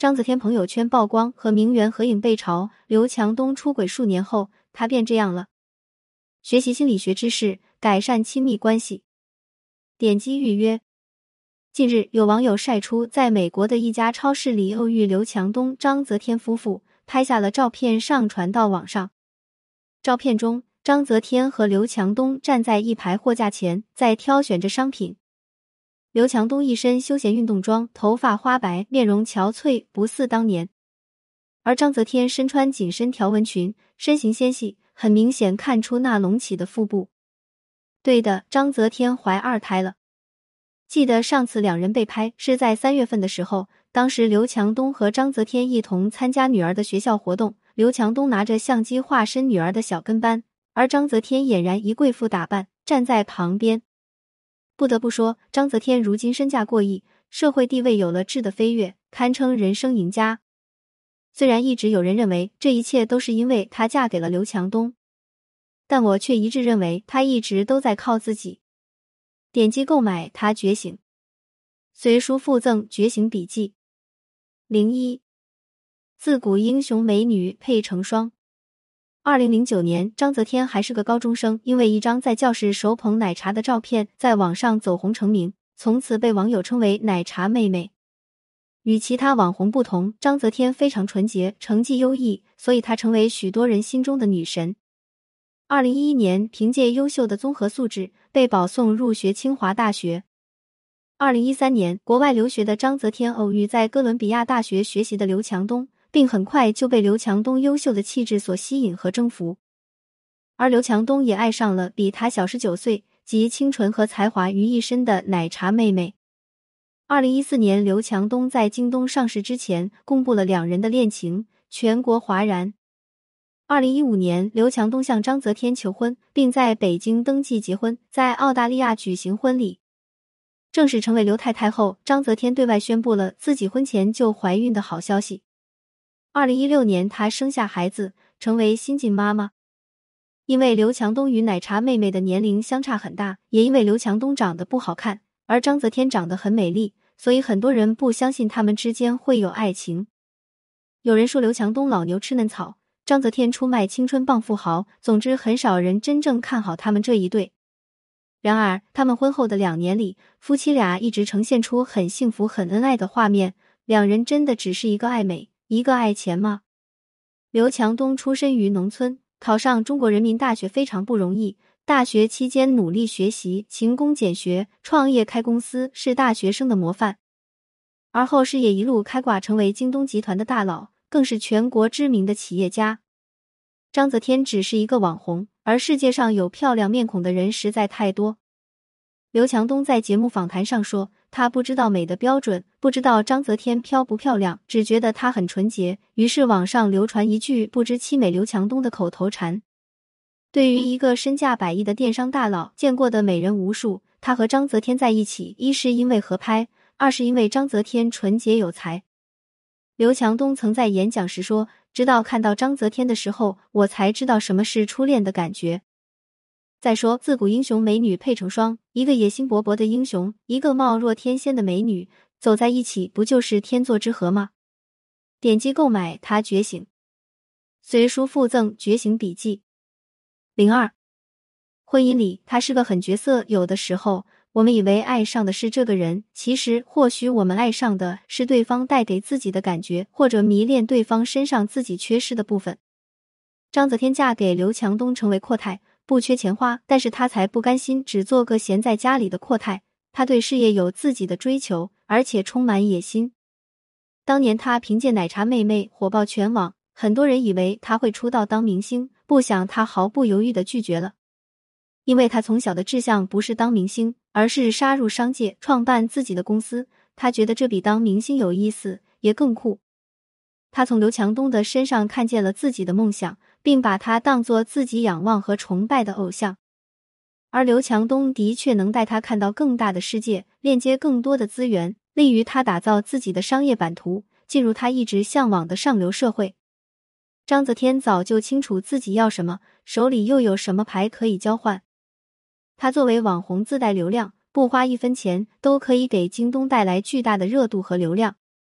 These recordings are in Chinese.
章泽天朋友圈曝光和名媛合影被嘲，刘强东出轨数年后，他变这样了。学习心理学知识，改善亲密关系。点击预约。近日，有网友晒出在美国的一家超市里偶遇刘强东、章泽天夫妇，拍下了照片上传到网上。照片中，章泽天和刘强东站在一排货架前，在挑选着商品。刘强东一身休闲运动装，头发花白，面容憔悴，不似当年。而章泽天身穿紧身条纹裙，身形纤细，很明显看出那隆起的腹部。对的，章泽天怀2胎了。记得上次两人被拍是在3月份的时候，当时刘强东和章泽天一同参加女儿的学校活动，刘强东拿着相机化身女儿的小跟班，而章泽天俨然一贵妇打扮，站在旁边。不得不说，章泽天如今身价过亿，社会地位有了质的飞跃，堪称人生赢家。虽然一直有人认为这一切都是因为她嫁给了刘强东，但我却一致认为她一直都在靠自己。点击购买她觉醒，随书附赠觉醒笔记。01自古英雄美女配成双。2009年，章泽天还是个高中生，因为一张在教室手捧奶茶的照片在网上走红成名，从此被网友称为奶茶妹妹。与其他网红不同，章泽天非常纯洁，成绩优异，所以她成为许多人心中的女神。2011年，凭借优秀的综合素质，被保送入学清华大学。2013年，国外留学的章泽天偶遇在哥伦比亚大学学习的刘强东，并很快就被刘强东优秀的气质所吸引和征服。而刘强东也爱上了比他小19岁、集清纯和才华于一身的奶茶妹妹。2014年，刘强东在京东上市之前公布了两人的恋情，全国哗然。2015年，刘强东向章泽天求婚，并在北京登记结婚，在澳大利亚举行婚礼。正式成为刘太太后，章泽天对外宣布了自己婚前就怀孕的好消息。2016年，她生下孩子，成为新晋妈妈。因为刘强东与奶茶妹妹的年龄相差很大，也因为刘强东长得不好看，而章泽天长得很美丽，所以很多人不相信他们之间会有爱情。有人说刘强东老牛吃嫩草，章泽天出卖青春傍富豪，总之很少人真正看好他们这一对。然而，他们婚后的2年里，夫妻俩一直呈现出很幸福、很恩爱的画面。两人真的只是一个爱美，一个爱钱吗？刘强东出身于农村，考上中国人民大学非常不容易。大学期间努力学习，勤工俭学，创业开公司，是大学生的模范。而后事业一路开挂，成为京东集团的大佬，更是全国知名的企业家。章泽天只是一个网红，而世界上有漂亮面孔的人实在太多。刘强东在节目访谈上说，他不知道美的标准，不知道章泽天漂不漂亮，只觉得她很纯洁，于是网上流传一句不知凄美刘强东的口头禅。对于一个身价100亿的电商大佬，见过的美人无数，他和章泽天在一起，一是因为合拍，二是因为章泽天纯洁有才。刘强东曾在演讲时说，直到看到章泽天的时候，我才知道什么是初恋的感觉。再说，自古英雄美女配成双，一个野心勃勃的英雄，一个貌若天仙的美女，走在一起不就是天作之合吗？点击购买她觉醒，随书附赠觉醒笔记。02婚姻里，他是个狠角色，有的时候我们以为爱上的是这个人，其实或许我们爱上的是对方带给自己的感觉，或者迷恋对方身上自己缺失的部分。章泽天嫁给刘强东成为阔太，不缺钱花，但是他才不甘心只做个闲在家里的阔太，他对事业有自己的追求，而且充满野心。当年他凭借奶茶妹妹火爆全网，很多人以为他会出道当明星，不想他毫不犹豫地拒绝了。因为他从小的志向不是当明星，而是杀入商界，创办自己的公司，他觉得这比当明星有意思，也更酷。他从刘强东的身上看见了自己的梦想，并把他当作自己仰望和崇拜的偶像。而刘强东的确能带他看到更大的世界，链接更多的资源，利于他打造自己的商业版图，进入他一直向往的上流社会。章泽天早就清楚自己要什么，手里又有什么牌可以交换。他作为网红自带流量，不花1分钱都可以给京东带来巨大的热度和流量。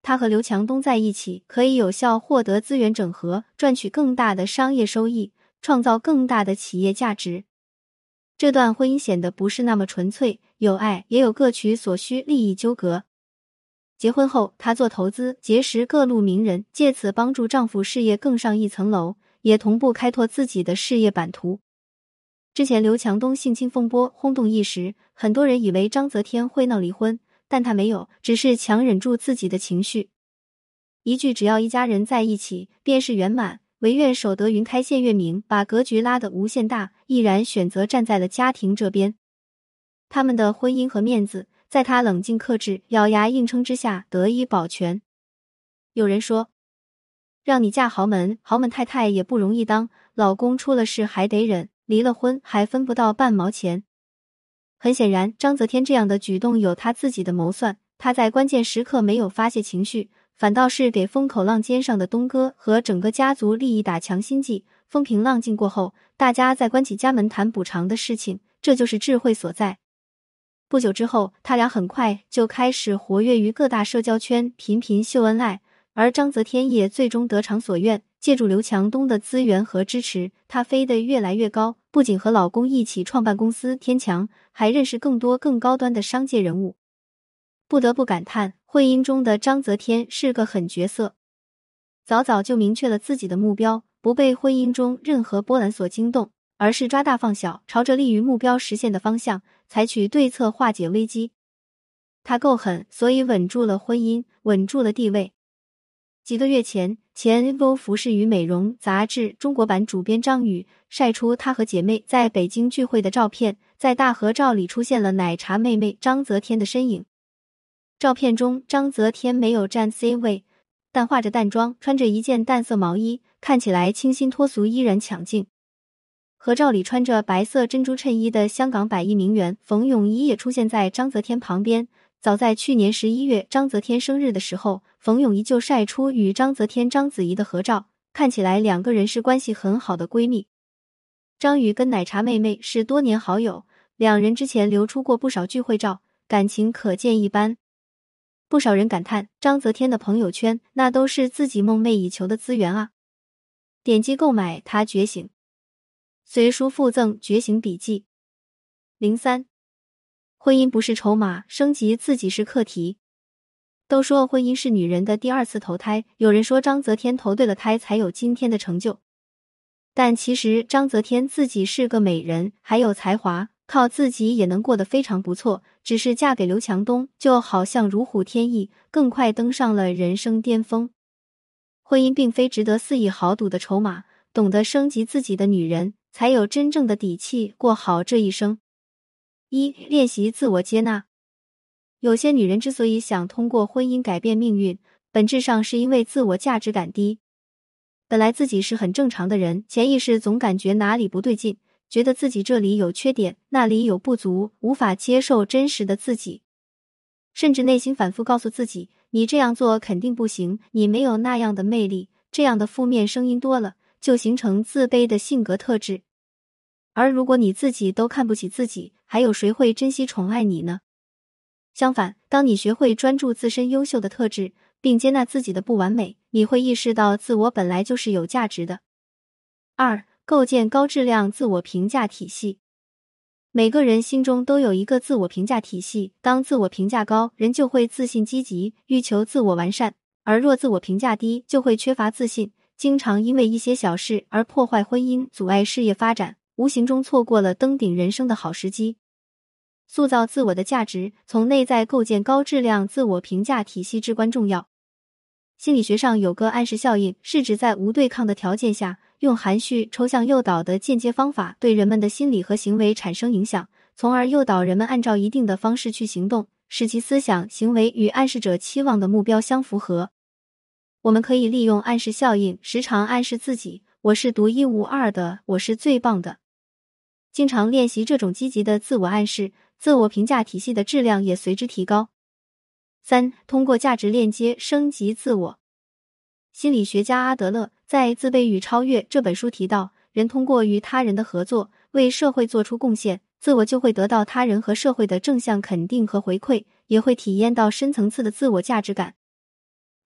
他和刘强东在一起，可以有效获得资源整合，赚取更大的商业收益，创造更大的企业价值。这段婚姻显得不是那么纯粹，有爱，也有各取所需利益纠葛。结婚后，她做投资，结识各路名人，借此帮助丈夫事业更上一层楼，也同步开拓自己的事业版图。之前刘强东性侵风波轰动一时，很多人以为章泽天会闹离婚，但他没有，只是强忍住自己的情绪。一句只要一家人在一起，便是圆满，唯愿守得云开见月明，把格局拉得无限大，毅然选择站在了家庭这边。他们的婚姻和面子，在他冷静克制、咬牙硬撑之下得以保全。有人说，让你嫁豪门，豪门太太也不容易当，老公出了事还得忍，离了婚还分不到半毛钱。很显然，章泽天这样的举动有他自己的谋算，他在关键时刻没有发泄情绪，反倒是给风口浪尖上的东哥和整个家族利益打强心剂。风平浪静过后，大家再关起家门谈补偿的事情，这就是智慧所在。不久之后，他俩很快就开始活跃于各大社交圈，频频秀恩爱，而章泽天也最终得偿所愿，借助刘强东的资源和支持，她飞得越来越高，不仅和老公一起创办公司天强，还认识更多更高端的商界人物。不得不感叹，婚姻中的章泽天是个狠角色，早早就明确了自己的目标，不被婚姻中任何波澜所惊动，而是抓大放小，朝着利于目标实现的方向采取对策化解危机。他够狠，所以稳住了婚姻，稳住了地位。几个月前，Vogue 服饰与美容杂志中国版主编张宇晒出他和姐妹在北京聚会的照片，在大合照里出现了奶茶妹妹章泽天的身影。照片中，章泽天没有站 C 位，但化着淡妆，穿着一件淡色毛衣，看起来清新脱俗，依然抢镜。合照里穿着白色珍珠衬衣的香港百亿名媛冯咏仪也出现在章泽天旁边。早在去年11月章泽天生日的时候，冯咏仪就晒出与章泽天、章子怡的合照，看起来两个人是关系很好的闺蜜。张宇跟奶茶妹妹是多年好友，两人之前流出过不少聚会照，感情可见一斑。不少人感叹，章泽天的朋友圈那都是自己梦寐以求的资源啊！点击购买他觉醒，随书附赠觉醒笔记。03婚姻不是筹码，升级自己是课题。都说婚姻是女人的第二次投胎，有人说章泽天投对了胎才有今天的成就。但其实章泽天自己是个美人，还有才华，靠自己也能过得非常不错，只是嫁给刘强东就好像如虎添翼，更快登上了人生巅峰。婚姻并非值得肆意豪赌的筹码，懂得升级自己的女人才有真正的底气过好这一生。练习自我接纳。有些女人之所以想通过婚姻改变命运，本质上是因为自我价值感低。本来自己是很正常的人，潜意识总感觉哪里不对劲，觉得自己这里有缺点，那里有不足，无法接受真实的自己。甚至内心反复告诉自己，你这样做肯定不行，你没有那样的魅力，这样的负面声音多了，就形成自卑的性格特质。而如果你自己都看不起自己，还有谁会珍惜宠爱你呢？相反，当你学会专注自身优秀的特质，并接纳自己的不完美，你会意识到自我本来就是有价值的。构建高质量自我评价体系。每个人心中都有一个自我评价体系，当自我评价高，人就会自信积极，欲求自我完善；而若自我评价低，就会缺乏自信，经常因为一些小事而破坏婚姻，阻碍事业发展，无形中错过了登顶人生的好时机。塑造自我的价值，从内在构建高质量自我评价体系至关重要。心理学上有个暗示效应，是指在无对抗的条件下，用含蓄、抽象诱导的间接方法对人们的心理和行为产生影响，从而诱导人们按照一定的方式去行动，使其思想、行为与暗示者期望的目标相符合。我们可以利用暗示效应，时常暗示自己，我是独一无二的，我是最棒的。经常练习这种积极的自我暗示，自我评价体系的质量也随之提高。通过价值链接升级自我。心理学家阿德勒在《自卑与超越》这本书提到，人通过与他人的合作，为社会做出贡献，自我就会得到他人和社会的正向肯定和回馈，也会体验到深层次的自我价值感。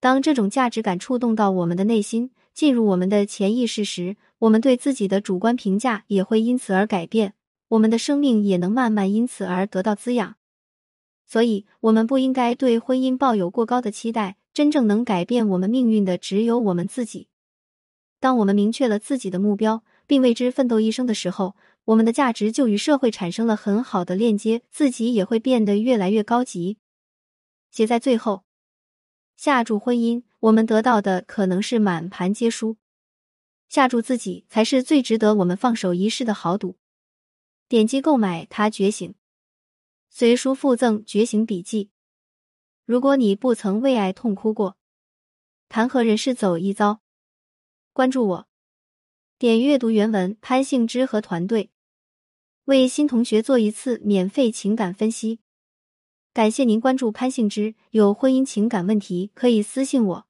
当这种价值感触动到我们的内心，进入我们的潜意识时，我们对自己的主观评价也会因此而改变，我们的生命也能慢慢因此而得到滋养。所以，我们不应该对婚姻抱有过高的期待，真正能改变我们命运的只有我们自己。当我们明确了自己的目标，并为之奋斗一生的时候，我们的价值就与社会产生了很好的链接，自己也会变得越来越高级。写在最后，下注婚姻，我们得到的可能是满盘皆输，下注自己才是最值得我们放手一试的豪赌。点击购买它觉醒，随书附赠觉醒笔记。如果你不曾为爱痛哭过，谈何人世走一遭？关注我，点阅读原文。潘幸之和团队为新同学做一次免费情感分析。感谢您关注潘幸之，有婚姻情感问题可以私信我。